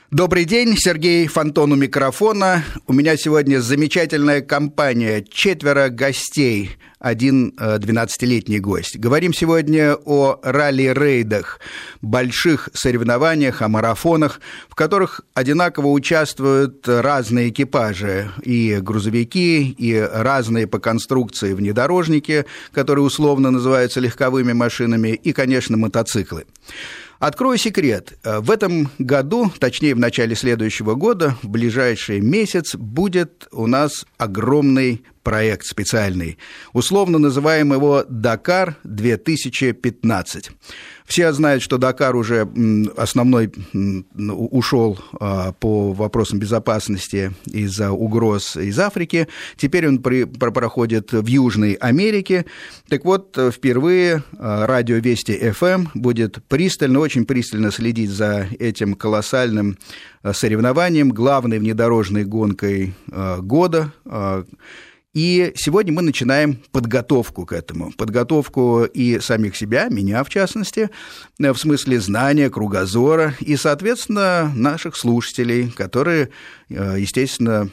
Добрый день, Сергей Фонтон у микрофона. У меня сегодня замечательная компания, 4 гостей, один 12-летний гость. Говорим сегодня о ралли-рейдах, больших соревнованиях, о марафонах, в которых одинаково участвуют разные экипажи, и грузовики, и разные по конструкции внедорожники, которые условно называются легковыми машинами, и, конечно, мотоциклы. Открою секрет. В этом году, точнее, в начале следующего года, в ближайший месяц, будет у нас огромный проект специальный. Условно называем его «Дакар-2015». Все знают, что Дакар уже основной ушел по вопросам безопасности из-за угроз из Африки. Теперь он проходит в Южной Америке. Так вот, впервые радио Вести ФМ будет пристально, очень пристально следить за этим колоссальным соревнованием, главной внедорожной гонкой года. И сегодня мы начинаем подготовку к этому. Подготовку и самих себя, меня в частности, в смысле знания, кругозора, и, соответственно, наших слушателей, которые, естественно,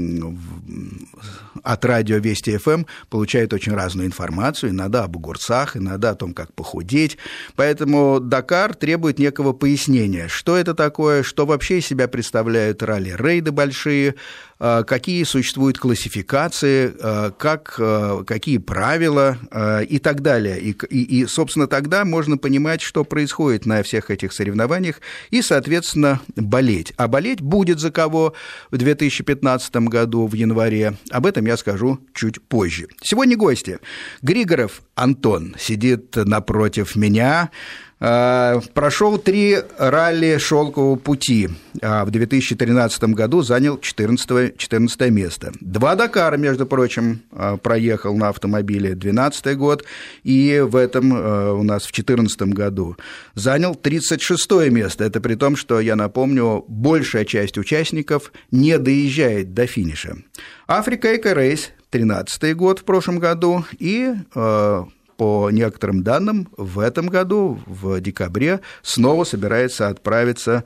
от радио Вести ФМ получают очень разную информацию, иногда об огурцах, иногда о том, как похудеть. Поэтому Дакар требует некого пояснения, что это такое, что вообще из себя представляют ралли-рейды большие, какие существуют классификации, какие правила и так далее. И, собственно, тогда можно понимать, что происходит на всех этих соревнованиях, и, соответственно, болеть. А болеть будет за кого в 2015 году, в январе. Об этом я скажу чуть позже. Сегодня гости. Григоров Антон сидит напротив меня. Прошел 3 ралли «Шелкового пути». В 2013 году занял 14 место. 2 Дакара, между прочим, проехал на автомобиле 2012 год. И в этом у нас в 2014 году занял 36 место. Это при том, что, я напомню, большая часть участников не доезжает до финиша. Африка Эко-рейс, 2013 год в прошлом году. И по некоторым данным, в этом году, в декабре, снова собирается отправиться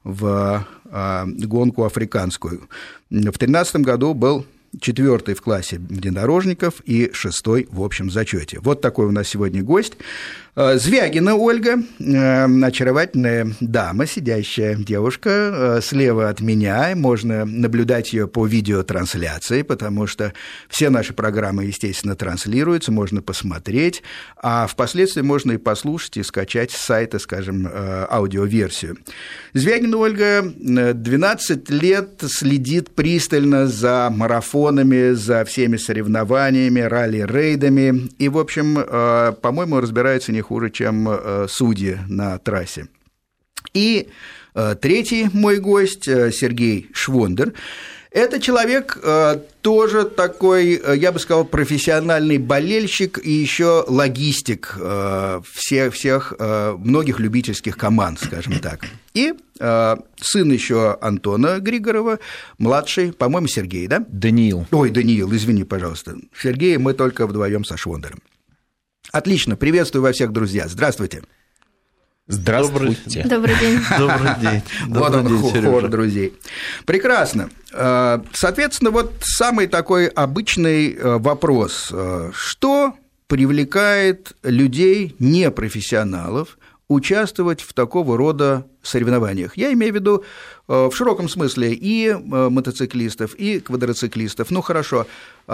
в гонку африканскую. В 2013 году был 4-й в классе внедорожников и 6-й в общем зачете. Вот такой у нас сегодня гость. Звягина Ольга, очаровательная дама, сидящая девушка, слева от меня. Можно наблюдать ее по видеотрансляции, потому что все наши программы, естественно, транслируются, можно посмотреть, а впоследствии можно и послушать, и скачать с сайта, скажем, аудиоверсию. Звягина Ольга 12 лет следит пристально за марафонами, за всеми соревнованиями, ралли-рейдами, и, в общем, по-моему, разбирается не хуже, чем судьи на трассе. И третий мой гость, Сергей Швондер, это человек тоже такой, я бы сказал, профессиональный болельщик и еще логистик всех многих любительских команд, скажем так. И сын еще Антона Григорова, младший, по-моему, Сергей, да? Даниил. Ой, Даниил, извини, пожалуйста. Сергей, мы только вдвоем со Швондером. Отлично, приветствую вас всех, друзья. Здравствуйте. Здравствуйте. Добрый день. Добрый день. Вот он, хор друзей. Прекрасно. Соответственно, вот самый такой обычный вопрос. Что привлекает людей, непрофессионалов, участвовать в такого рода соревнованиях? Я имею в виду в широком смысле и мотоциклистов, и квадроциклистов. Ну, хорошо,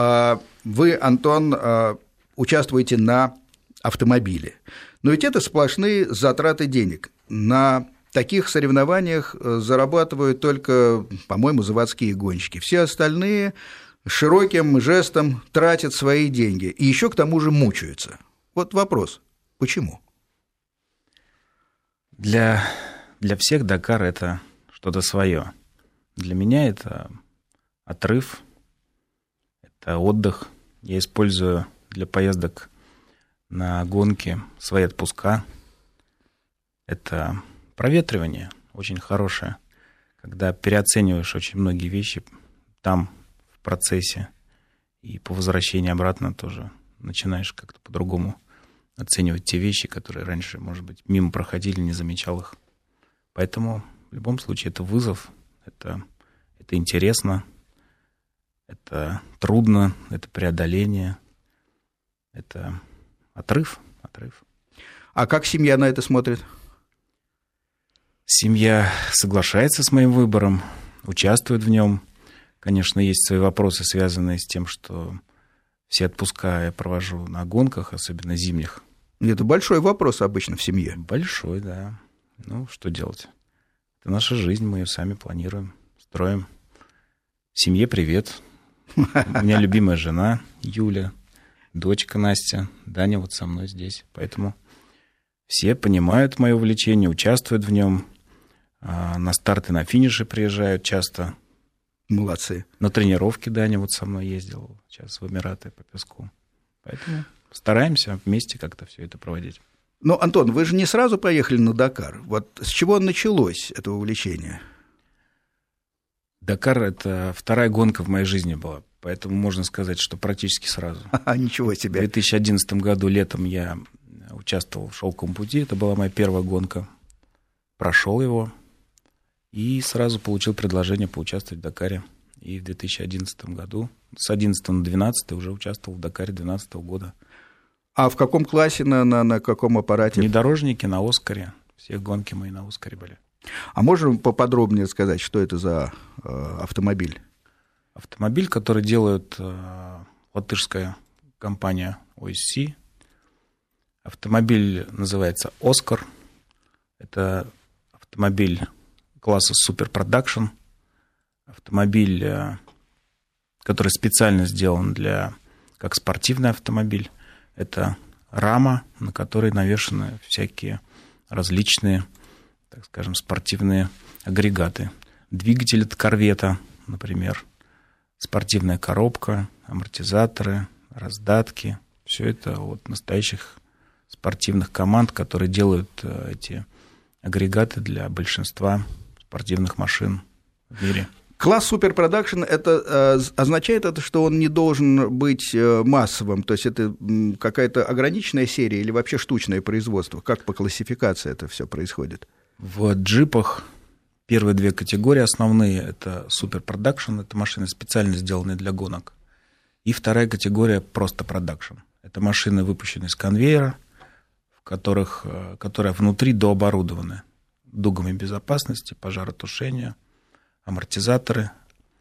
вы, Антон, участвуете на автомобиле. Но ведь это сплошные затраты денег. На таких соревнованиях зарабатывают только, по-моему, заводские гонщики. Все остальные широким жестом тратят свои деньги. И еще к тому же мучаются. Вот вопрос. Почему? Для всех Дакар – это что-то свое. Для меня это отрыв, это отдых. Я использую для поездок на гонки свои отпуска. Это проветривание очень хорошее, когда переоцениваешь очень многие вещи там, в процессе, и по возвращении обратно тоже начинаешь как-то по-другому оценивать те вещи, которые раньше, может быть, мимо проходили, не замечал их. Поэтому В любом случае, это вызов, это интересно, это трудно, это преодоление, это отрыв. А как семья на это смотрит? Семья соглашается с моим выбором, участвует в нем. Конечно, есть свои вопросы, связанные с тем, что все отпуска я провожу на гонках, особенно зимних. Это большой вопрос обычно в семье. Большой, да. Ну, что делать? Это наша жизнь, мы ее сами планируем, строим. Семье привет. У меня любимая жена Юля, дочка Настя, Даня вот со мной здесь. Поэтому все понимают мое увлечение, участвуют в нем. На старты, на финиши приезжают часто. Молодцы. На тренировки Даня вот со мной ездил сейчас в Эмираты по песку. Поэтому стараемся вместе как-то все это проводить. Ну, Антон, вы же не сразу поехали на Дакар. Вот с чего началось это увлечение? Дакар — это вторая гонка в моей жизни была, поэтому можно сказать, что практически сразу. Ничего себе. В 2011 году летом я участвовал в «Шелковом пути», это была моя первая гонка. Прошел его и сразу получил предложение поучаствовать в Дакаре. И в 2011 году, с 11 на 12 уже участвовал в Дакаре 2012 года. А в каком классе, на каком аппарате? Внедорожники на «Оскаре». Все гонки мои на «Оскаре» были. А можем поподробнее сказать, что это за автомобиль? Автомобиль, который делает латышская компания OSC. Автомобиль называется «Оскар». Это автомобиль класса Super Production. Автомобиль, который специально сделан как спортивный автомобиль. Это рама, на которой навешаны всякие различные, так скажем, спортивные агрегаты. Двигатель от корвета, например, спортивная коробка, амортизаторы, раздатки. Все это от настоящих спортивных команд, которые делают эти агрегаты для большинства спортивных машин в мире. Класс Super Production, это означает это, что он не должен быть массовым, то есть это какая-то ограниченная серия или вообще штучное производство? Как по классификации это все происходит? В джипах первые две категории основные — это Super Production, это машины, специально сделанные для гонок. И вторая категория — просто Production. Это машины, выпущенные с конвейера, которые внутри дооборудованы дугами безопасности, пожаротушения, амортизаторы,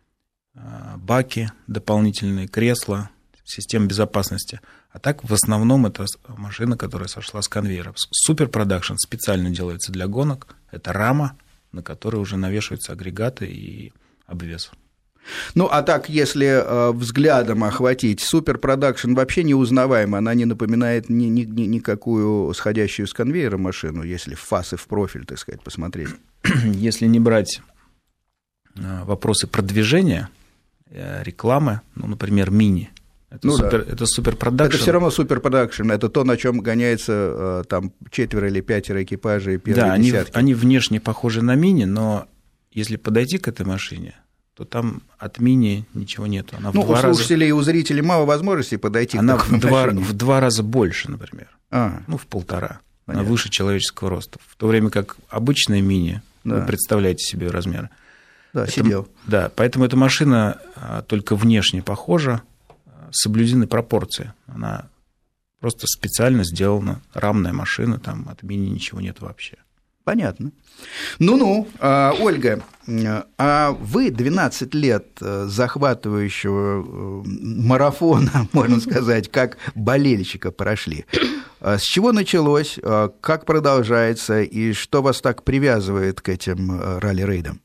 баки, дополнительные кресла, система безопасности. А так, в основном, это машина, которая сошла с конвейера. Super Production специально делается для гонок. Это рама, на которой уже навешиваются агрегаты и обвес. Ну, а так, если взглядом охватить, Super Production вообще неузнаваема, она не напоминает никакую сходящую с конвейера машину, если в фас и в профиль, так сказать, посмотреть. Если не брать вопросы продвижения, рекламы, например, мини, это Super Production. Это все равно Super Production, это то, на чем гоняется там 4 или 5 экипажей первой десятки. Да, они внешне похожи на мини, но если подойти к этой машине, то там от мини ничего нет. Она у слушателей и у зрителей мало возможностей подойти к такой машине. В 2 раза больше, например. В 1,5. Понятно. Она выше человеческого роста. В то время как обычная мини, вы представляете себе размер. Да, сидел. Да, поэтому эта машина только внешне похожа, соблюдены пропорции. Она просто специально сделана, рамная машина, там от мини ничего нет вообще. Понятно. Ольга, а вы 12 лет захватывающего марафона, можно сказать, как болельщика прошли. С чего началось, как продолжается и что вас так привязывает к этим ралли-рейдам?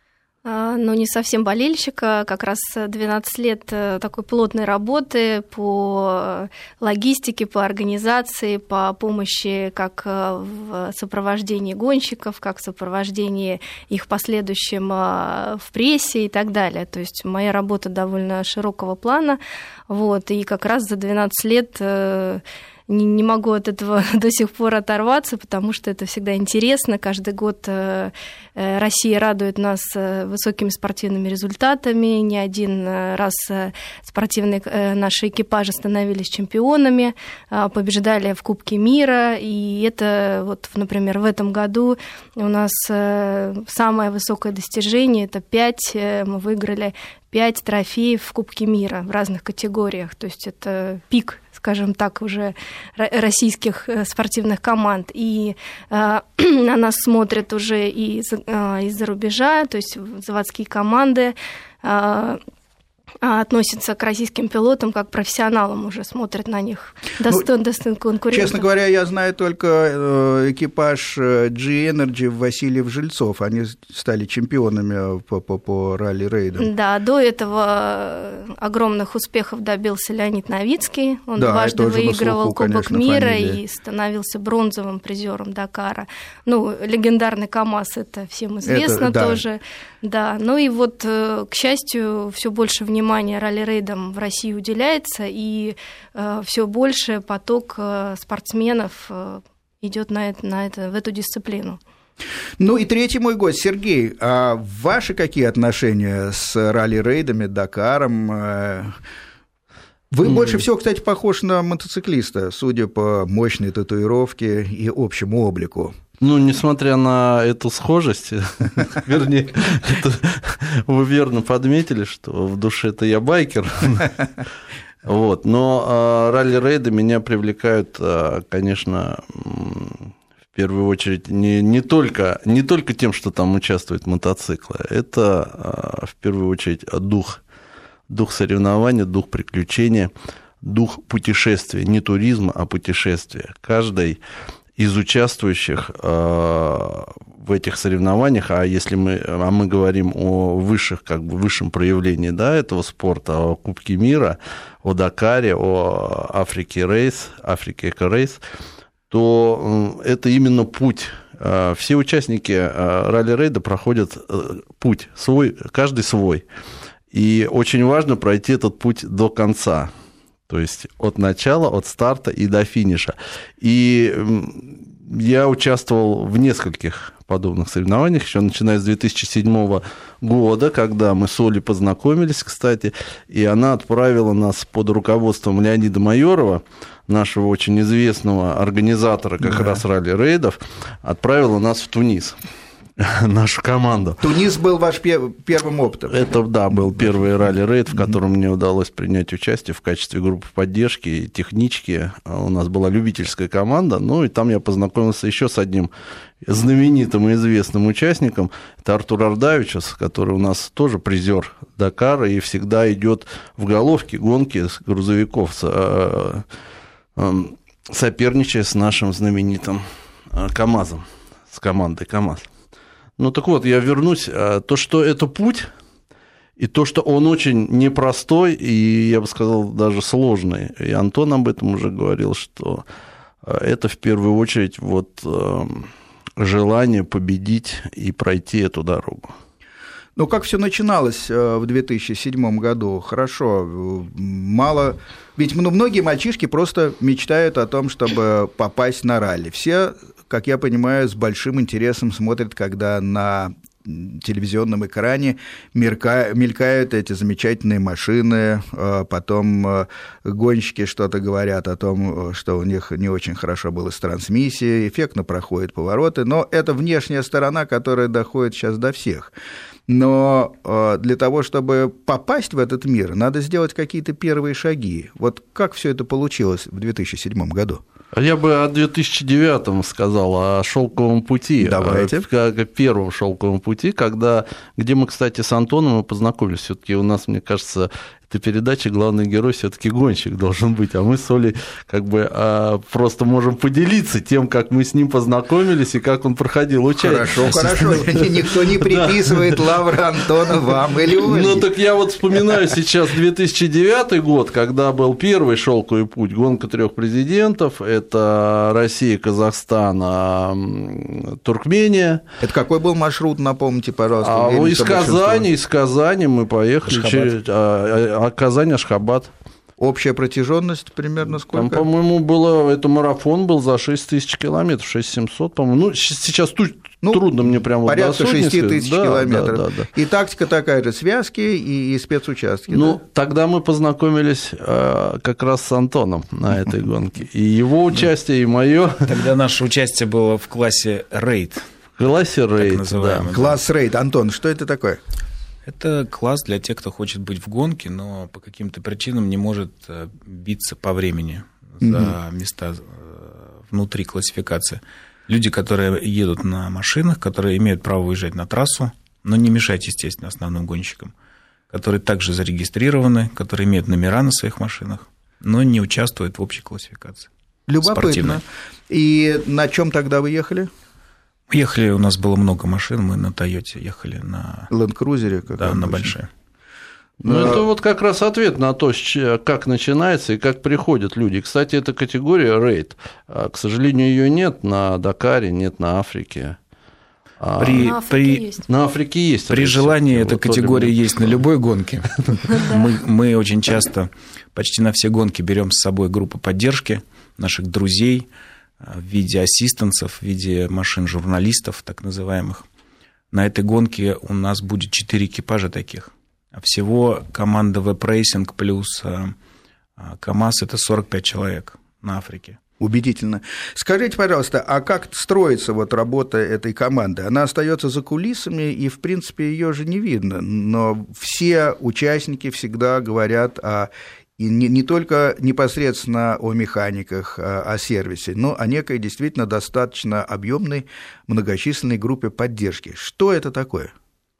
Не совсем болельщика, как раз 12 лет такой плотной работы по логистике, по организации, по помощи как в сопровождении гонщиков, как в сопровождении их последующем в прессе и так далее. То есть моя работа довольно широкого плана, и как раз за 12 лет не могу от этого до сих пор оторваться, потому что это всегда интересно. Каждый год Россия радует нас высокими спортивными результатами. Не один раз спортивные наши экипажи становились чемпионами, побеждали в Кубке мира. И это, вот, например, в этом году у нас самое высокое достижение – это 5, мы выиграли 5 трофеев в Кубке мира в разных категориях. То есть это пик, скажем так, уже российских спортивных команд. И на нас смотрят уже и из-за рубежа, то есть заводские команды относятся к российским пилотам как к профессионалам, уже смотрят на них достойно конкурентов. Честно говоря, я знаю только экипаж G-Energy Васильев-Жильцов. Они стали чемпионами по ралли-рейдам. Да, до этого огромных успехов добился Леонид Новицкий. Он дважды выигрывал Кубок мира и становился бронзовым призером Дакара. Ну, легендарный КАМАЗ, это всем известно тоже. Да, ну и вот, к счастью, все больше внимания ралли-рейдам в России уделяется, и все больше поток спортсменов идет в эту дисциплину. Ну и третий мой гость, Сергей. А ваши какие отношения с ралли-рейдами, Дакаром? Вы больше всего, кстати, похож на мотоциклиста, судя по мощной татуировке и общему облику. Ну, несмотря на эту схожесть, вернее, вы верно подметили, что в душе-то я байкер. Вот. Но ралли-рейды меня привлекают, конечно, в первую очередь не только тем, что там участвуют мотоциклы, это в первую очередь дух соревнования, дух приключения, дух путешествия, не туризма, а путешествия. Каждый из участвующих в этих соревнованиях, а если мы говорим о высшем проявлении, да, этого спорта, о Кубке мира, о Дакаре, о Африке Эко-рейс, то это именно путь. Все участники ралли-рейда проходят путь свой, каждый свой. И очень важно пройти этот путь до конца. То есть от начала, от старта и до финиша. И я участвовал в нескольких подобных соревнованиях, еще начиная с 2007 года, когда мы с Олей познакомились, кстати, и она отправила нас под руководством Леонида Майорова, нашего очень известного организатора как раз ралли-рейдов, отправила нас в Тунис. Нашу команду. Тунис был ваш первым опытом? Это, да, был первый ралли-рейд, в котором мне удалось принять участие в качестве группы поддержки и технички. У нас была любительская команда, ну и там я познакомился еще с одним знаменитым и известным участником. Это Артур Ардавичус, который у нас тоже призер Дакара и всегда идет в головке гонки с грузовиков, соперничая с нашим знаменитым КАМАЗом, с командой КАМАЗ. Ну, так вот, я вернусь. То, что это путь, и то, что он очень непростой, и, я бы сказал, даже сложный. И Антон об этом уже говорил, что это в первую очередь вот желание победить и пройти эту дорогу. Ну, как все начиналось в 2007 году? Хорошо, мало... Ведь многие мальчишки просто мечтают о том, чтобы попасть на ралли. Все, как я понимаю, с большим интересом смотрят, когда на телевизионном экране мелькают эти замечательные машины, потом гонщики что-то говорят о том, что у них не очень хорошо было с трансмиссией, эффектно проходят повороты, но это внешняя сторона, которая доходит сейчас до всех. Но для того, чтобы попасть в этот мир, надо сделать какие-то первые шаги. Вот как все это получилось в 2007 году? Я бы о 2009 сказал, о шелковом пути. Давайте. Как первом шелковом пути, где мы, кстати, с Антоном познакомились. Все-таки у нас, мне кажется, этой передачи главный герой все-таки гонщик должен быть, а мы с Олей как бы просто можем поделиться тем, как мы с ним познакомились и как он проходил участие. Хорошо. Никто не приписывает лавры Антона вам или Оле. Ну, так я вот вспоминаю сейчас 2009 год, когда был первый шелковый путь, гонка 3 президентов, это Россия, Казахстан, Туркмения. Это какой был маршрут, напомните, пожалуйста? Из Казани мы поехали через Казань, Ашхабад. Общая протяженность примерно сколько? Там, по-моему, это марафон был за 6 тысяч километров, 6700, по-моему. Ну, сейчас трудно мне прямо порядка 6 тысяч километров. Да. И тактика такая же, связки и спецучастки. Ну, да? Тогда мы познакомились как раз с Антоном на этой гонке. И его участие, и мое. Тогда наше участие было в классе рейд. В классе рейд, да. Класс рейд. Антон, что это такое? Это класс для тех, кто хочет быть в гонке, но по каким-то причинам не может биться по времени за места внутри классификации. Люди, которые едут на машинах, которые имеют право выезжать на трассу, но не мешать, естественно, основным гонщикам, которые также зарегистрированы, которые имеют номера на своих машинах, но не участвуют в общей классификации. Любопытно. Спортивной. И на чем тогда вы ехали? Ехали, у нас было много машин, мы на Тойоте ехали на... Ленд-крузере? Да, на большие. Ну, это вот как раз ответ на то, как начинается и как приходят люди. Кстати, эта категория рейд, к сожалению, ее нет на Дакаре, нет на Африке. На Африке есть. При желании эта категория есть на любой гонке. Мы очень часто, почти на все гонки берем с собой группы поддержки наших друзей, в виде ассистентов, в виде машин журналистов, так называемых. На этой гонке у нас будет 4 экипажа таких. А всего команда веб-рейсинг плюс КАМАЗ – это 45 человек на Африке. Убедительно. Скажите, пожалуйста, а как строится вот работа этой команды? Она остается за кулисами, и, в принципе, ее же не видно. Но все участники всегда говорят и не только непосредственно о механиках, о сервисе, но о некой действительно достаточно объемной многочисленной группе поддержки. Что это такое?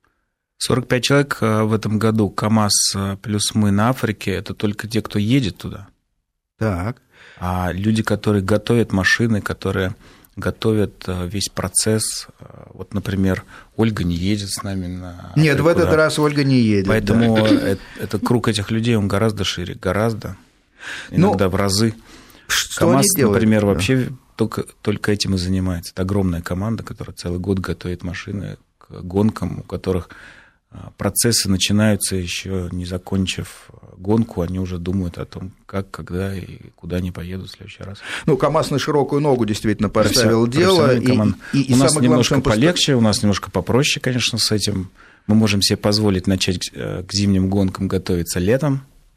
45 человек в этом году, КАМАЗ плюс мы на Африке, это только те, кто едет туда. Так. А люди, которые готовят машины, которые готовят весь процесс. Вот, например, Ольга не едет с нами на... Нет, в этот раз Ольга не едет. Поэтому это круг этих людей, он гораздо шире, гораздо, иногда в разы. Что КАМАЗ, они делают? например, вообще только этим и занимается. Это огромная команда, которая целый год готовит машины к гонкам, у которых процессы начинаются еще не закончив гонку, они уже думают о том, как, когда и куда они поедут в следующий раз. Ну, КАМАЗ на широкую ногу действительно поставил дело. И у нас немножко полегче, у нас немножко попроще, конечно, с этим. Мы можем себе позволить начать к зимним гонкам готовиться летом.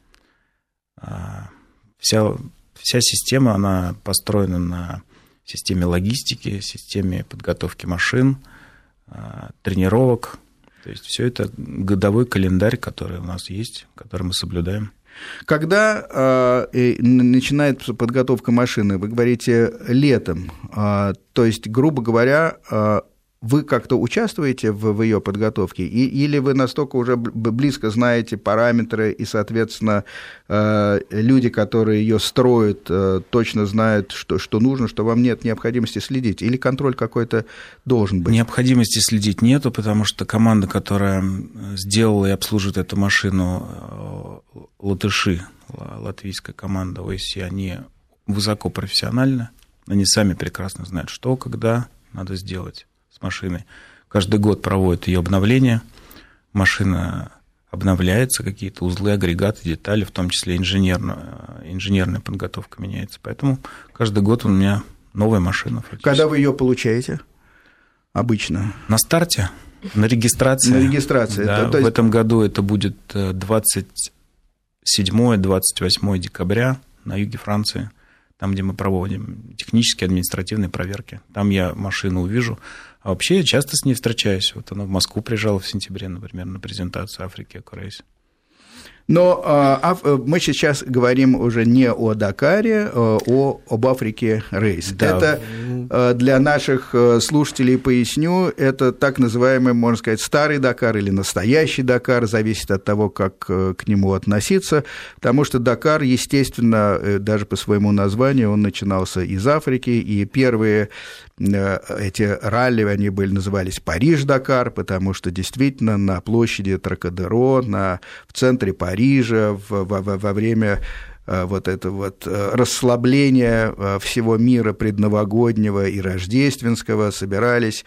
Вся система, она построена на системе логистики, системе подготовки машин, тренировок. То есть все это годовой календарь, который у нас есть, который мы соблюдаем. Когда начинается подготовка машины, вы говорите летом, то есть, грубо говоря, вы как-то участвуете в ее подготовке, или вы настолько уже близко знаете параметры, и, соответственно, люди, которые ее строят, точно знают, что нужно, что вам нет необходимости следить, или контроль какой-то должен быть? Необходимости следить нету, потому что команда, которая сделала и обслуживает эту машину, латыши, латвийская команда ОСИ, они высокопрофессиональны, они сами прекрасно знают, что, когда надо сделать с машиной. Каждый год проводят ее обновление, машина обновляется, какие-то узлы, агрегаты, детали, в том числе инженерная подготовка меняется. Поэтому каждый год у меня новая машина. Когда вы ее получаете обычно? На старте, на регистрации. На регистрации. Да, в этом году это будет 27-28 декабря на юге Франции, там, где мы проводим технические, административные проверки. Там я машину увижу. А вообще я часто с ней встречаюсь. Вот она в Москву приезжала в сентябре, например, на презентацию Африки Экорейс. Но мы сейчас говорим уже не о Дакаре, об Африке Рейс. Да. Это для наших слушателей поясню, это так называемый, можно сказать, старый Дакар или настоящий Дакар, зависит от того, как к нему относиться, потому что Дакар, естественно, даже по своему названию, он начинался из Африки, и первые эти ралли, они назывались Париж-Дакар, потому что действительно на площади Трокадеро, в центре Парижа, во время вот этого вот расслабления всего мира предновогоднего и рождественского собирались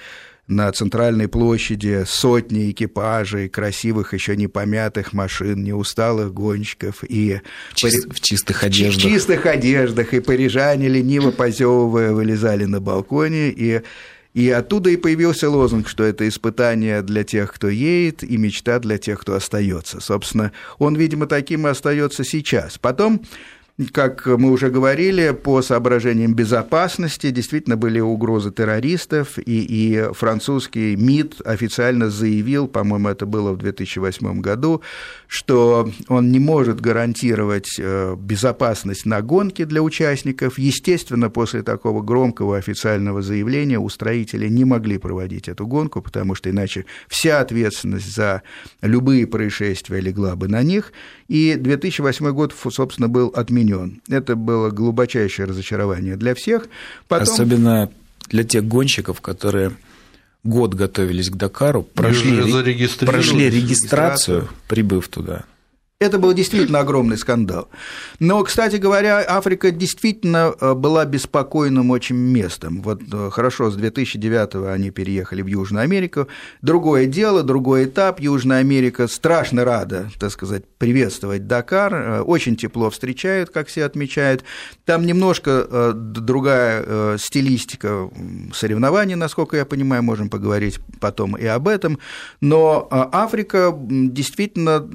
на центральной площади сотни экипажей, красивых, еще не помятых машин, неусталых гонщиков. И в чистых одеждах. В чистых одеждах. И парижане, лениво позевывая, вылезали на балконе. И оттуда и появился лозунг, что это испытание для тех, кто едет, и мечта для тех, кто остается. Собственно, он, видимо, таким и остается сейчас. Потом, как мы уже говорили, по соображениям безопасности действительно были угрозы террористов, и французский МИД официально заявил, по-моему, это было в 2008 году, что он не может гарантировать безопасность на гонке для участников. Естественно, после такого громкого официального заявления устроители не могли проводить эту гонку, потому что иначе вся ответственность за любые происшествия легла бы на них, и 2008 год, собственно, был отменен. Это было глубочайшее разочарование для всех. Потом... Особенно для тех гонщиков, которые год готовились к Дакару, прошли регистрацию, прибыв туда. Это был действительно огромный скандал. Но, кстати говоря, Африка действительно была беспокойным очень местом. Вот хорошо, с 2009-го они переехали в Южную Америку. Другое дело, другой этап. Южная Америка страшно рада, так сказать, приветствовать Дакар. Очень тепло встречают, как все отмечают. Там немножко другая стилистика соревнований, насколько я понимаю, можем поговорить потом и об этом. Но Африка действительно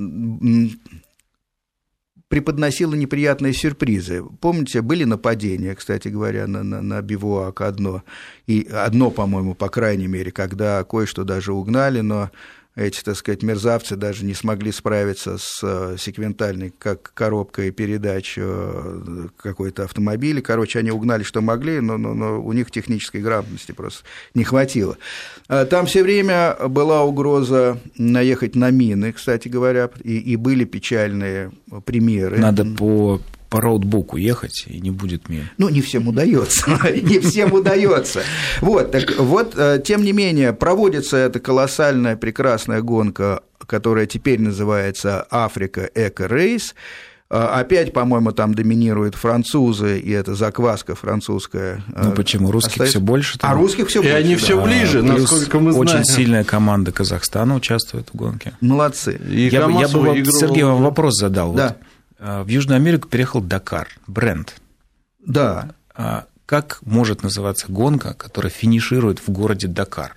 преподносила неприятные сюрпризы. Помните, были нападения, кстати говоря, на бивуак одно, по-моему, по крайней мере, когда кое-что даже угнали, но эти, так сказать, мерзавцы даже не смогли справиться с секвентальной коробкой передач какой-то автомобиля. Короче, они угнали, что могли, но у них технической грамотности просто не хватило. Там все время была угроза наехать на мины, кстати говоря, и были печальные примеры. Надо по роутбуку ехать, и не будет мин. Ну, не всем удается, не всем удается. Вот, так вот, тем не менее, проводится эта колоссальная, прекрасная гонка, которая теперь называется «Африка Эко-рейс». Опять, по-моему, там доминируют французы, и это закваска французская. Ну почему? Русских все больше. А русских все больше. И они все ближе, насколько мы знаем. Очень сильная команда Казахстана участвует в гонке. Молодцы. Я бы Сергею вам вопрос задал. Да. Вот. В Южную Америку переехал Дакар, бренд. Да. Как может называться гонка, которая финиширует в городе Дакар?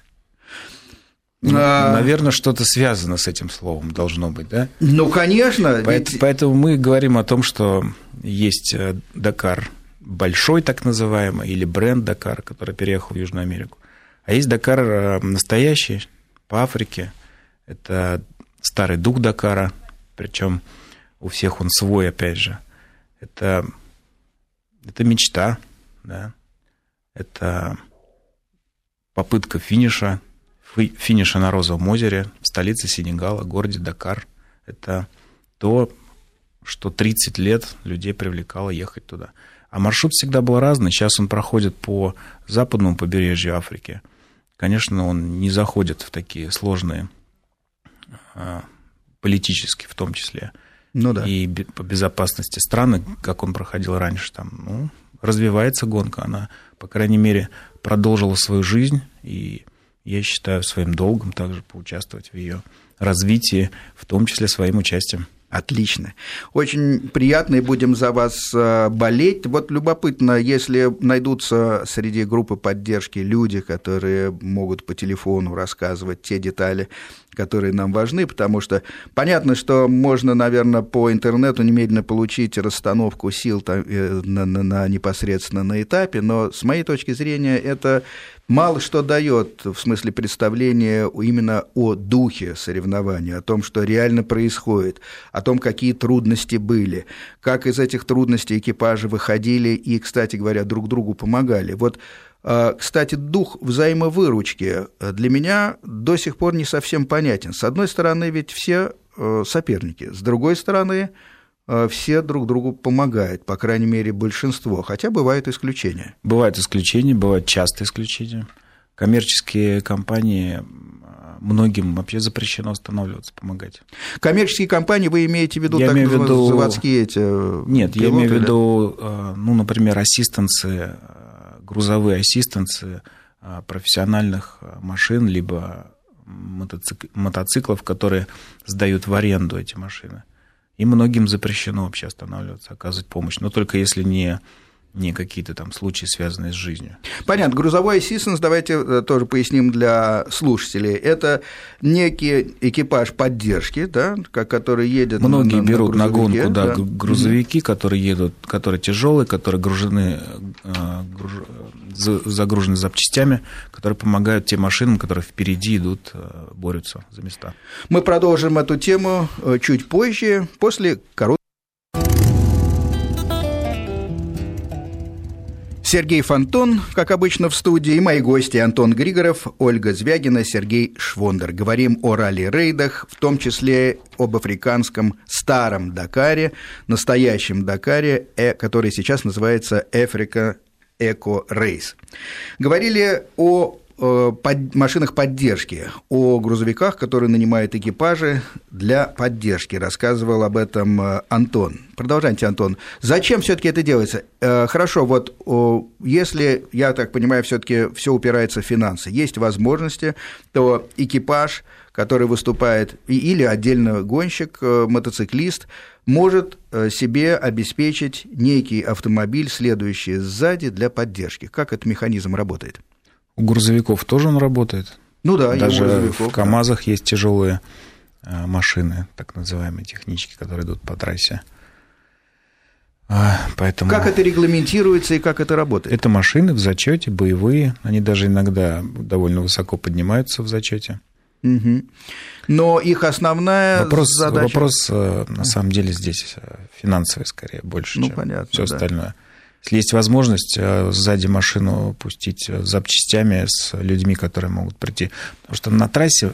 Наверное, что-то связано с этим словом должно быть, да? Ну, конечно. Поэтому мы говорим о том, что есть Дакар большой, так называемый, или бренд Дакар, который переехал в Южную Америку. А есть Дакар настоящий, по Африке. Это старый дух Дакара, причем у всех он свой, опять же. Это мечта, да? Это попытка финиша на Розовом озере, в столице Сенегала, городе Дакар. Это то, что 30 лет людей привлекало ехать туда. А маршрут всегда был разный. Сейчас он проходит по западному побережью Африки. Конечно, он не заходит в такие сложные, политически в том числе, и по безопасности страны, как он проходил раньше. Там, развивается гонка, она, по крайней мере, продолжила свою жизнь, и я считаю своим долгом также поучаствовать в ее развитии, в том числе своим участием. Отлично. Очень приятно, и будем за вас болеть. Вот любопытно, если найдутся среди группы поддержки люди, которые могут по телефону рассказывать те детали, которые нам важны, потому что понятно, что можно, наверное, по интернету немедленно получить расстановку сил непосредственно на этапе, но с моей точки зрения это мало что дает в смысле представления именно о духе соревнования, о том, что реально происходит, о том, какие трудности были, как из этих трудностей экипажи выходили и, кстати говоря, друг другу помогали. Вот, кстати, дух взаимовыручки для меня до сих пор не совсем понятен. С одной стороны, ведь все соперники, с другой стороны, все друг другу помогают, по крайней мере, большинство, хотя бывают исключения. Бывают исключения, бывают частые исключения. Коммерческие компании, многим вообще запрещено останавливаться, помогать. Коммерческие компании вы имеете в виду заводские эти? Нет, пилоты, я имею в виду, например, ассистенсы, грузовые ассистенсы профессиональных машин, либо мотоциклов, которые сдают в аренду эти машины. И многим запрещено вообще останавливаться, оказывать помощь. Но только если не какие-то там случаи, связанные с жизнью. Понятно. Грузовой ассистенс, давайте тоже поясним для слушателей. Это некий экипаж поддержки, да, который едет Многие берут на гонку, да, грузовики, которые едут, которые тяжелые, которые загружены запчастями, которые помогают тем машинам, которые впереди идут, борются за места. Мы продолжим эту тему чуть позже, после короткого. Сергей Фонтон, как обычно, в студии, и мои гости Антон Григоров, Ольга Звягина, Сергей Швондер. Говорим о ралли-рейдах, в том числе об африканском старом Дакаре, настоящем Дакаре, который сейчас называется Africa Eco Race. Говорили о машинах поддержки, о грузовиках, которые нанимают экипажи для поддержки. Рассказывал об этом Антон. Продолжайте, Антон. Зачем все-таки это делается? Хорошо, вот если, я так понимаю, все-таки все упирается в финансы, есть возможности, то экипаж, который выступает, или отдельно гонщик, мотоциклист, может себе обеспечить некий автомобиль, следующий сзади, для поддержки. Как этот механизм работает? У грузовиков тоже он работает. Ну да, даже и у грузовиков, в КАМАЗах есть тяжелые машины, так называемые технички, которые идут по трассе. Поэтому как это регламентируется и как это работает? Это машины в зачете, боевые, они даже иногда довольно высоко поднимаются в зачете. Угу. Но их основная задача... Вопрос, на самом деле, здесь финансовый, скорее, больше, чем понятно, все остальное. Если есть возможность сзади машину пустить с запчастями, с людьми, которые могут прийти. Потому что на трассе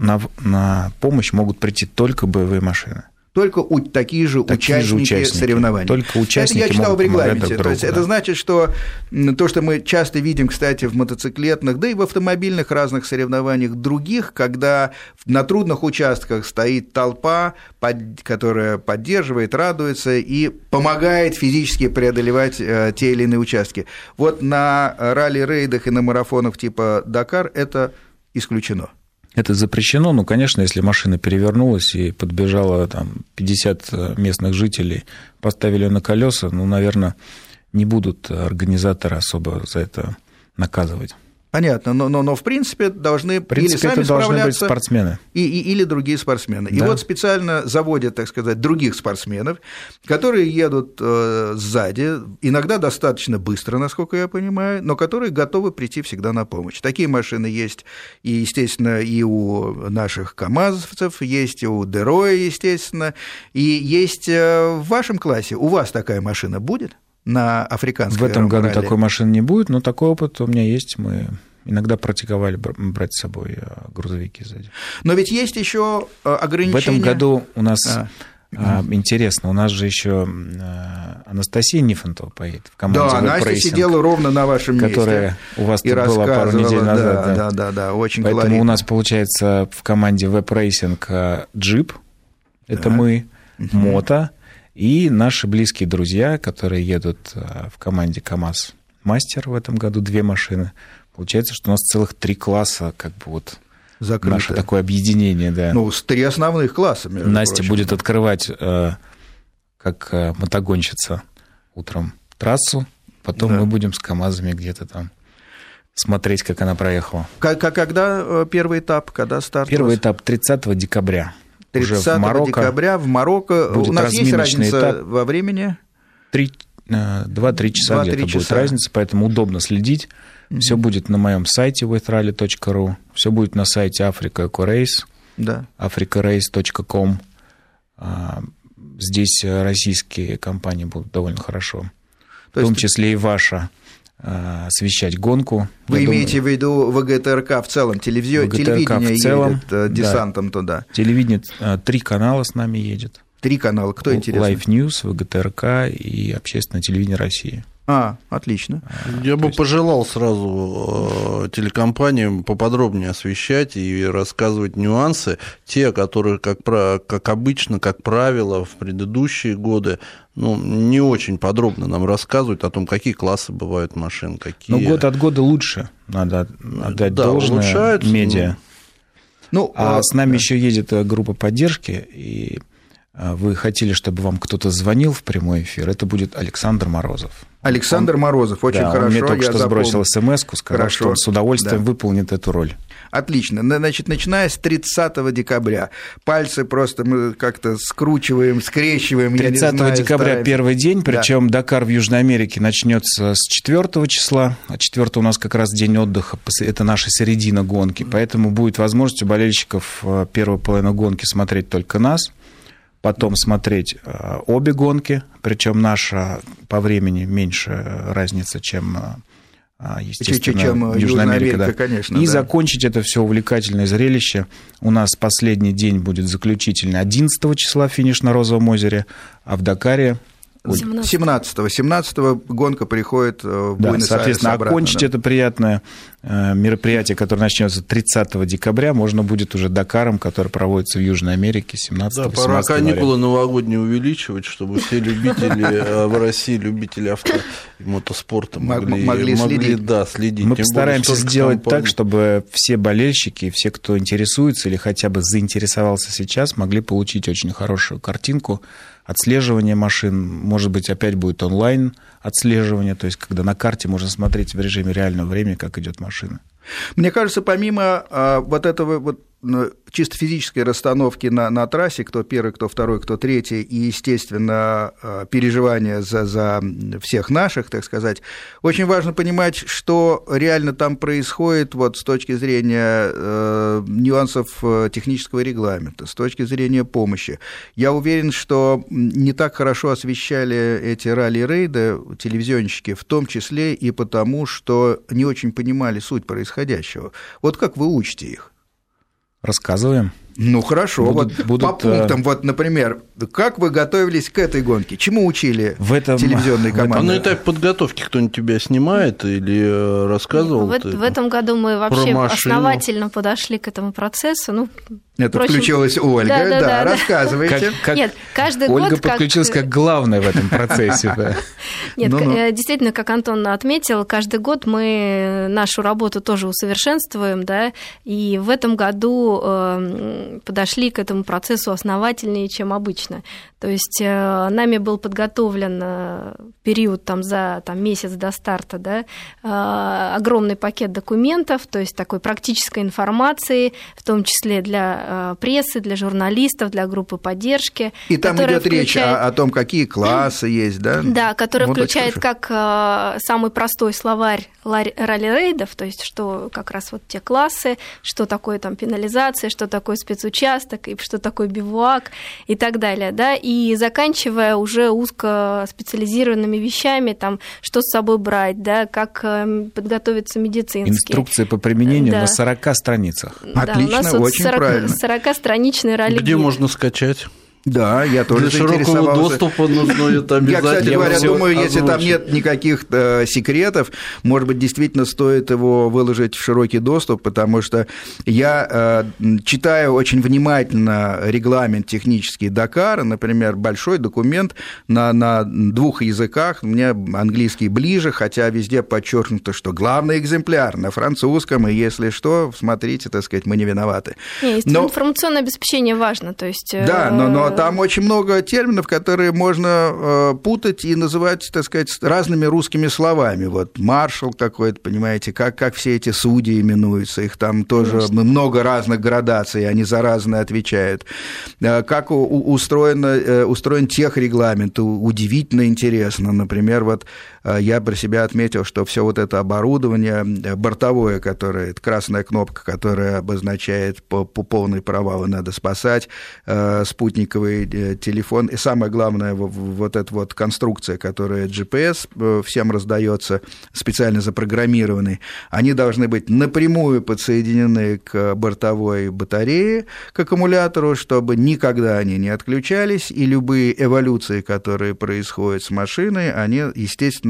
на помощь могут прийти только боевые машины. Только такие же участники соревнований. Только участники. Это я читал в регламенте. Друг другу, то есть это значит, что то, что мы часто видим, кстати, в мотоциклетных, да и в автомобильных разных соревнованиях других, когда на трудных участках стоит толпа, которая поддерживает, радуется и помогает физически преодолевать те или иные участки. Вот на ралли-рейдах и на марафонах типа Дакар это исключено. Это запрещено, но, конечно, если машина перевернулась и подбежала там 50 местных жителей, поставили ее на колеса, наверное, не будут организаторы особо за это наказывать. Понятно, но в принципе должны или сами должны быть спортсмены. Или другие спортсмены. Да. И вот специально заводят, так сказать, других спортсменов, которые едут сзади, иногда достаточно быстро, насколько я понимаю, но которые готовы прийти всегда на помощь. Такие машины есть, и, естественно, и у наших КАМАЗовцев, есть и у Дероя, естественно, и есть в вашем классе. У вас такая машина будет? На африканской В этом году ралли. такой машины не будет, но такой опыт у меня есть. Мы иногда практиковали брать с собой грузовики сзади. Но ведь есть еще ограничения. В этом году у нас интересно, у нас же еще Анастасия Нифонтова поедет в команде Да, Настя сидела ровно на вашем месте. Которая у вас тут была пару недель назад. Да, очень Поэтому колоритно. у нас получается в команде веб-рейсинг джип, это мы, мото, и наши близкие друзья, которые едут в команде КАМАЗ Мастер в этом году, 2 машины. Получается, что у нас целых 3 класса, как бы вот закрыто. Наше такое объединение, да. 3 основных класса, между Настя прочим. будет открывать, как мотогонщица, утром трассу, потом мы будем с КАМАЗами где-то там смотреть, как она проехала. Когда первый этап, когда старт? Первый этап 30 декабря. 30 декабря в Марокко. У нас есть разница этап. во времени? 2-3 часа где-то будет разница, поэтому удобно следить. Все будет на моем сайте withrally.ru, все будет на сайте Africa Eco Race, africarace.com. Здесь российские компании будут довольно хорошо. В том числе и ваша. Освещать гонку. Вы имеете в виду ВГТРК в целом? Телевидение едет десантом туда? Телевидение, 3 канала с нами едет. 3 канала, кто интересно? Live News, ВГТРК и Общественное телевидение России. Отлично. Я бы пожелал сразу телекомпаниям поподробнее освещать и рассказывать нюансы, те, которые, как обычно, как правило, в предыдущие годы, не очень подробно нам рассказывают о том, какие классы бывают машин, какие... Но год от года лучше, надо отдать должное медиа. С нами еще едет группа поддержки, и вы хотели, чтобы вам кто-то звонил в прямой эфир, это будет Александр Морозов. Александр Морозов, очень хорошо. Он мне только что сбросил смс-ку, сказал, что он с удовольствием выполнит эту роль. Отлично. Значит, начиная с 30 декабря. Пальцы просто мы как-то скручиваем, скрещиваем. 30 декабря первый день, причем Дакар в Южной Америке начнется с 4 числа, а 4 у нас как раз день отдыха, это наша середина гонки, поэтому будет возможность у болельщиков первую половину гонки смотреть только нас, потом смотреть обе гонки, причем наша по времени меньше разница, чем, естественно, Южная Америка. Конечно, и закончить это все увлекательное зрелище. У нас последний день будет заключительный 11 числа финиш на Розовом озере, а в Дакаре 17-го гонка приходит в Буэнос-Айрес. Соответственно, окончить это приятное мероприятие, которое начнется 30 декабря, можно будет уже Дакаром, который проводится в Южной Америке 17-18 января. Пора каникулы новогодние увеличивать, чтобы все любители в России, любители авто и мотоспорта могли следить. Мы постараемся сделать так, чтобы все болельщики, все, кто интересуется или хотя бы заинтересовался сейчас, могли получить очень хорошую картинку отслеживание машин, может быть, опять будет онлайн отслеживание, то есть когда на карте можно смотреть в режиме реального времени, как идет машина. Мне кажется, помимо вот этого чисто физической расстановки на трассе, кто первый, кто второй, кто третий, и, естественно, переживания за всех наших, так сказать, очень важно понимать, что реально там происходит вот с точки зрения нюансов технического регламента, с точки зрения помощи. Я уверен, что не так хорошо освещали эти ралли-рейды телевизионщики, в том числе и потому, что не очень понимали суть происходящего. Вот как вы учите их? Рассказываем. Хорошо, по пунктам, например, как вы готовились к этой гонке? Чему учили телевизионные команды? На этапе подготовки кто-нибудь тебя снимает или рассказывал? В этом году мы вообще основательно подошли к этому процессу. Это включилась Ольга, да, рассказывайте. Нет, каждый Ольга год подключилась как главная в этом процессе. Нет, действительно, как Антон отметил, каждый год мы нашу работу тоже усовершенствуем, да, и в этом году подошли к этому процессу основательнее, чем обычно. То есть нами был подготовлен период за месяц до старта, да, огромный пакет документов, то есть такой практической информации, в том числе для прессы, для журналистов, для группы поддержки. И там идет речь о том, какие классы есть, да? Да, которая включает как самый простой словарь ралли-рейдов, то есть что как раз вот те классы, что такое там пенализация, что такое спецучасток, и что такое бивуак и так далее, да, и заканчивая уже узкоспециализированными вещами, там, что с собой брать, да, как подготовиться медицински. Инструкции по применению на 40 страницах. Отлично, да, у нас очень правильно. 40-страничный ралли-гид. Где можно скачать? Да, я тоже заинтересовался. Для широкого доступа нужно это обязательно. Я, кстати говоря, думаю, если там нет никаких секретов, может быть, действительно стоит его выложить в широкий доступ, потому что я читаю очень внимательно регламент технический Дакара, например, большой документ на 2 языках, мне английский ближе, хотя везде подчеркнуто, что главный экземпляр на французском, и если что, смотрите, так сказать, мы не виноваты. Информационное обеспечение важно, то есть... Да, но там очень много терминов, которые можно путать и называть, так сказать, разными русскими словами. Вот маршал какой-то, понимаете, как все эти судьи именуются, их там тоже много разных градаций, они за разные отвечают. Как устроен техрегламент, удивительно интересно. Например, вот я про себя отметил, что все вот это оборудование бортовое, которое, это красная кнопка, которая обозначает по полной провалу надо спасать, спутниковый телефон, и самое главное, вот эта вот конструкция, которая GPS всем раздается, специально запрограммированный, они должны быть напрямую подсоединены к бортовой батарее, к аккумулятору, чтобы никогда они не отключались, и любые эволюции, которые происходят с машиной, они, естественно,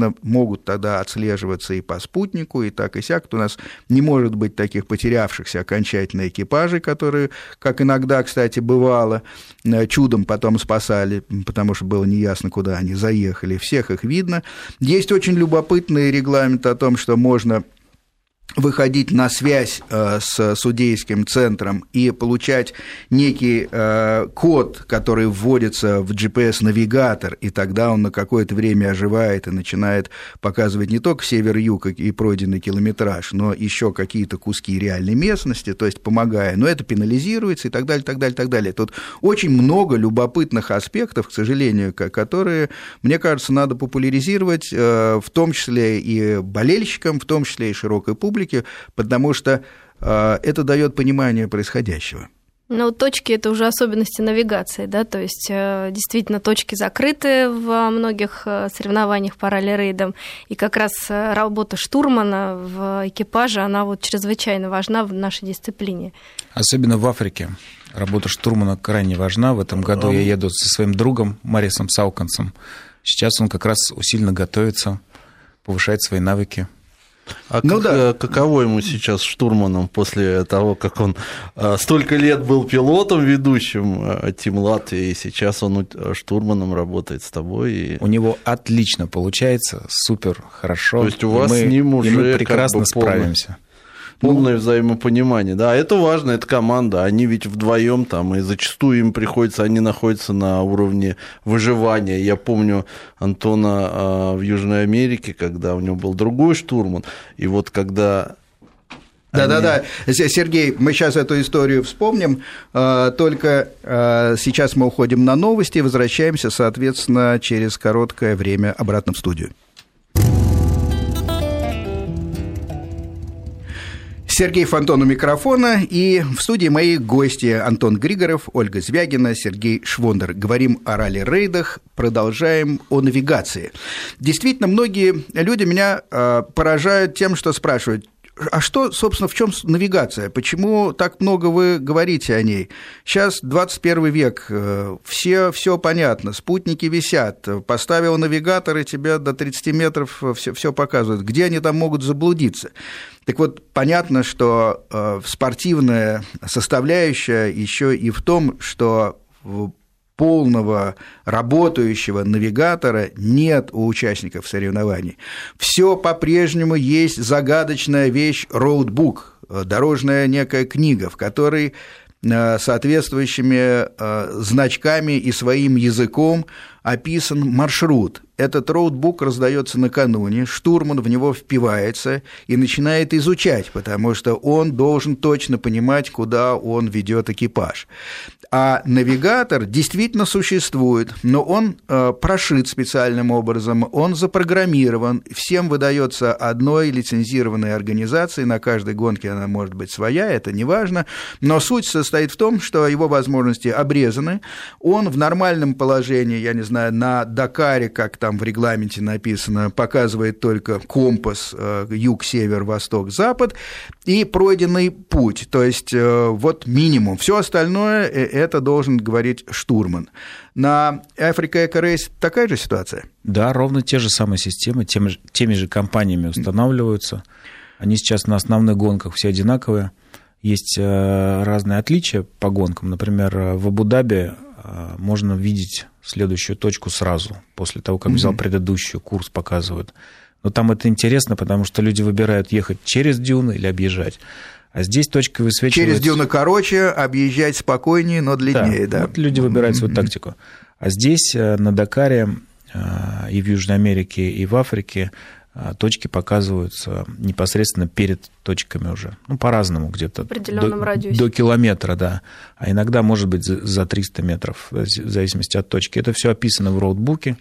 соответственно, могут тогда отслеживаться и по спутнику, и так и сяк. У нас не может быть таких потерявшихся окончательно экипажей, которые, как иногда, кстати, бывало, чудом потом спасали, потому что было неясно, куда они заехали. Всех их видно. Есть очень любопытный регламент о том, что можно выходить на связь с судейским центром и получать некий код, который вводится в GPS-навигатор, и тогда он на какое-то время оживает и начинает показывать не только север-юг и пройденный километраж, но еще какие-то куски реальной местности, то есть помогая, но это пенализируется и так далее, так далее, так далее. Тут очень много любопытных аспектов, к сожалению, которые, мне кажется, надо популяризировать, в том числе и болельщикам, в том числе и широкой публике, потому что это дает понимание происходящего. Ну, точки – это уже особенности навигации, да, то есть действительно точки закрыты во многих соревнованиях по ралли-рейдам, и как раз работа штурмана в экипаже, она вот чрезвычайно важна в нашей дисциплине. Особенно в Африке работа штурмана крайне важна. В этом году я еду со своим другом Марисом Саукансом. Сейчас он как раз усиленно готовится, повышает свои навыки. А каково ему сейчас штурманом после того, как он столько лет был пилотом, ведущим Team Latvia, и сейчас он штурманом работает с тобой? И... У него отлично получается, супер, хорошо. То есть у вас с ним уже мы прекрасно справимся. Полное взаимопонимание. Да, это важно, это команда. Они ведь вдвоем там, и зачастую им приходится, они находятся на уровне выживания. Я помню Антона в Южной Америке, когда у него был другой штурман, и вот когда... Да, Сергей, мы сейчас эту историю вспомним, только сейчас мы уходим на новости и возвращаемся, соответственно, через короткое время обратно в студию. Сергей Фонтон у микрофона, и в студии мои гости Антон Григоров, Ольга Звягина, Сергей Швондер. Говорим о ралли-рейдах, продолжаем о навигации. Действительно, многие люди меня поражают тем, что спрашивают, а что, собственно, в чем навигация? Почему так много вы говорите о ней? Сейчас 21 век, все понятно, спутники висят, поставил навигатор, и тебя до 30 метров все показывают. Где они там могут заблудиться? Так вот, понятно, что спортивная составляющая еще и в том, что полного работающего навигатора нет у участников соревнований. Все по-прежнему есть загадочная вещь роудбук, дорожная некая книга, в которой соответствующими значками и своим языком описан маршрут. Этот роудбук раздается накануне, штурман в него впивается и начинает изучать, потому что он должен точно понимать, куда он ведет экипаж. А навигатор действительно существует, но он прошит специальным образом, он запрограммирован, всем выдается одной лицензированной организацией, на каждой гонке она может быть своя, это не важно, но суть состоит в том, что его возможности обрезаны, он в нормальном положении, я не знаю, на Дакаре, как там в регламенте написано, показывает только компас юг, север, восток, запад и пройденный путь, то есть вот минимум, все остальное это должен говорить штурман. На Africa Eco Race такая же ситуация? Да, ровно те же самые системы, теми же компаниями устанавливаются. Они сейчас на основных гонках все одинаковые. Есть разные отличия по гонкам. Например, в Абу-Даби можно видеть следующую точку сразу, после того, как взял предыдущую, курс показывают. Но там это интересно, потому что люди выбирают ехать через дюны или объезжать. А здесь точка высвечивается... Через дюны короче, объезжать спокойнее, но длиннее, да. Вот люди выбирают свою тактику. А здесь, на Дакаре, и в Южной Америке, и в Африке точки показываются непосредственно перед точками уже. Ну, по-разному, где-то. В определенном радиусе. До километра, да. А иногда, может быть, за 300 метров, в зависимости от точки. Это все описано в роутбуке,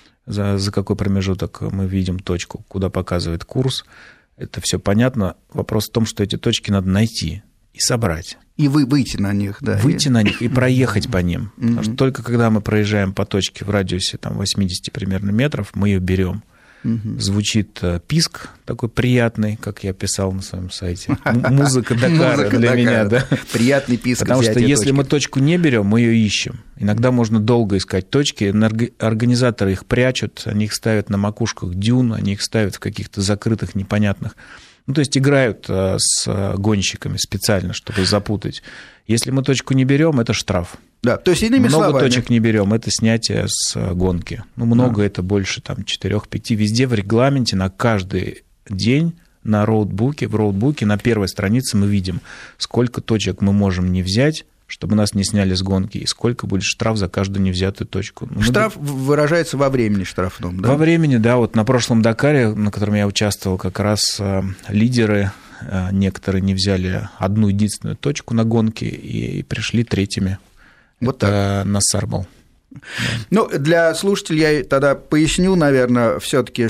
за какой промежуток мы видим точку, куда показывает курс. Это все понятно. Вопрос в том, что эти точки надо найти и собрать. И выйти на них, да. Выйти на них и проехать по ним. Потому что только когда мы проезжаем по точке в радиусе там, 80 примерно метров, мы ее берем. звучит писк такой приятный, как я писал на своем сайте. Музыка Дакара для меня, да. Приятный писк. Потому что если мы точку не берем, мы ее ищем. Иногда можно долго искать точки, организаторы их прячут, они их ставят на макушках дюн, они их ставят в каких-то закрытых, непонятных. Ну, то есть играют с гонщиками специально, чтобы запутать. Если мы точку не берем, это штраф. Да, то есть, иными много словами... точек не берем, это снятие с гонки. Ну, много, это больше там 4-5. Везде в регламенте на каждый день на роутбуке, в роутбуке на первой странице мы видим, сколько точек мы можем не взять, чтобы нас не сняли с гонки, и сколько будет штраф за каждую невзятую точку. Штраф выражается во времени штрафном, да? Во времени, да. Вот на прошлом Дакаре, на котором я участвовал, как раз лидеры некоторые не взяли одну единственную точку на гонке и пришли третьими. Вот это Нассар был. Ну, для слушателей я тогда поясню, наверное, все-таки,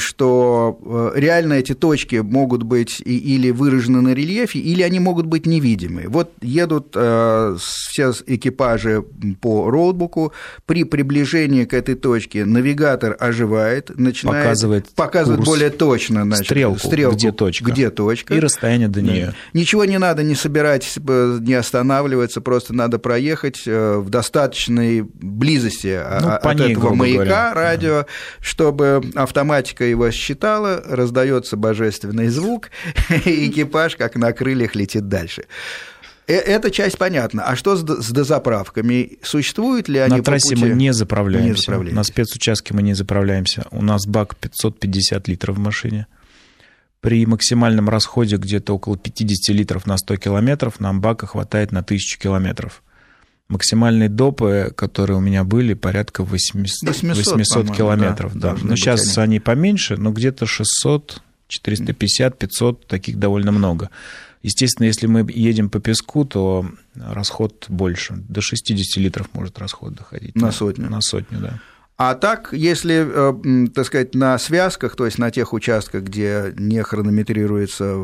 что реально эти точки могут быть или выражены на рельефе, или они могут быть невидимые. Вот едут все экипажи по роутбуку, при приближении к этой точке навигатор оживает, начинает показывать более точно, значит, стрелку, где точка, и расстояние до нее. Ничего не надо не собирать, не останавливаться, просто надо проехать в достаточной близости от этого маяка радио, чтобы автоматика его считала, раздается божественный звук, и экипаж, как на крыльях, летит дальше. Эта часть понятна. А что с дозаправками? Существуют ли они на трассе? Мы не заправляемся. Не на спецучастке мы не заправляемся. У нас бак 550 литров в машине. При максимальном расходе где-то около 50 литров на 100 километров нам бака хватает на 1000 километров. Максимальные допы, которые у меня были, порядка 800 километров. Да. Но сейчас они поменьше, но где-то 600, 450, 500, таких довольно много. Естественно, если мы едем по песку, то расход больше. До 60 литров может расход доходить. На сотню? На сотню, да. А так, если, так сказать, на связках, то есть на тех участках, где не хронометрируется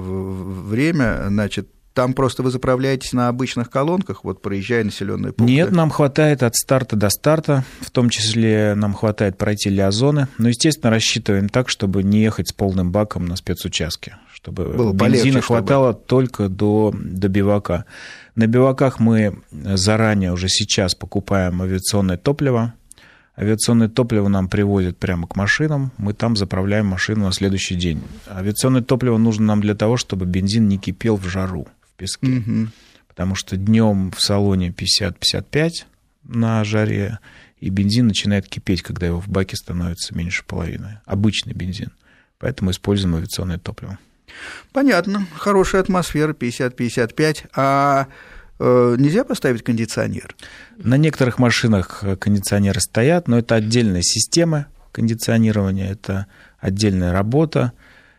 время, значит, там просто вы заправляетесь на обычных колонках, вот проезжая населенные пункты? Нет, нам хватает от старта до старта, в том числе нам хватает пройти лиазоны, но, естественно, рассчитываем так, чтобы не ехать с полным баком на спецучастке, чтобы было бензина хватало только до бивака. На биваках мы заранее уже сейчас покупаем авиационное топливо. Авиационное топливо нам привозят прямо к машинам, мы там заправляем машину на следующий день. Авиационное топливо нужно нам для того, чтобы бензин не кипел в жару. Песке, потому что днем в салоне 50-55 на жаре, и бензин начинает кипеть, когда его в баке становится меньше половины. Обычный бензин. Поэтому используем авиационное топливо. Понятно. Хорошая атмосфера, 50-55. А нельзя поставить кондиционер? На некоторых машинах кондиционеры стоят, но это отдельная система кондиционирования, это отдельная работа,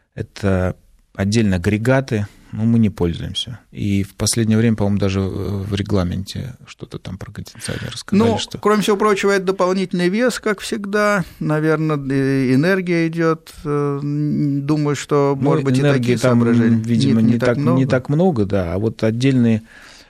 это отдельные агрегаты. Но мы не пользуемся. И в последнее время, по-моему, даже в регламенте что-то там про кондиционер сказали. Ну, что... кроме всего прочего, это дополнительный вес, как всегда. Наверное, энергия идет. Думаю, что, может быть, и такие соображения. Видимо, не так много, да. А вот отдельные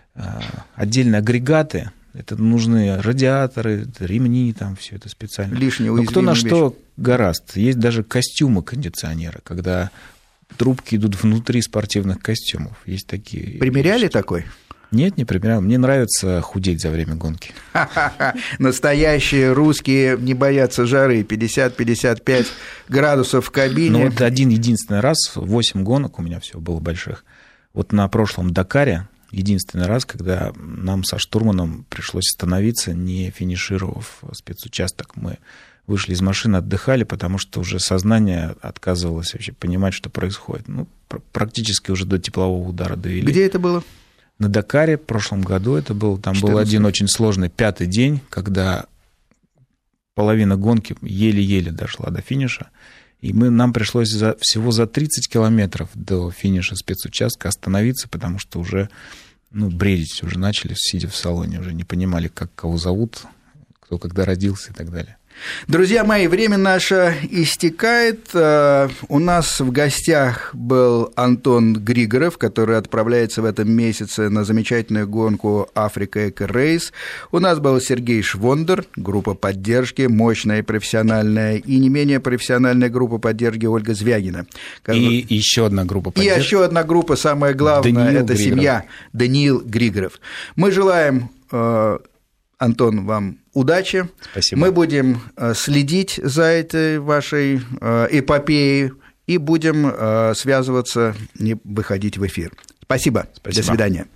агрегаты, это нужны радиаторы, ремни, там все это специально. Лишнее уязвимое. Но кто на что гораст. Есть даже костюмы кондиционера, когда трубки идут внутри спортивных костюмов. Есть такие. Примеряли такой? Нет, не примерял. Мне нравится худеть за время гонки. Настоящие русские не боятся жары. 50-55 градусов в кабине. Ну, вот один-единственный раз, 8 гонок у меня всего было больших. Вот на прошлом Дакаре единственный раз, когда нам со штурманом пришлось остановиться, не финишировав спецучасток. Мы вышли из машины, отдыхали, потому что уже сознание отказывалось вообще понимать, что происходит. Ну, практически уже до теплового удара довели. Где это было? На Дакаре в прошлом году это было. Там был один очень сложный 5-й день, когда половина гонки еле-еле дошла до финиша. И нам пришлось всего за 30 километров до финиша спецучастка остановиться, потому что уже бредить уже начали, сидя в салоне, уже не понимали, как кого зовут, кто когда родился и так далее. Друзья мои, время наше истекает. У нас в гостях был Антон Григоров, который отправляется в этом месяце на замечательную гонку «Африка Эко Рейс». У нас был Сергей Швондер, группа поддержки, мощная и профессиональная, и не менее профессиональная группа поддержки Ольга Звягина. И еще одна группа поддержки. И еще одна группа, самое главное, Даниил это Григоров. Семья Даниил Григоров. Мы желаем, Антон, вам удачи. Спасибо. Мы будем следить за этой вашей эпопеей и будем связываться, не выходить в эфир. Спасибо. Спасибо. До свидания.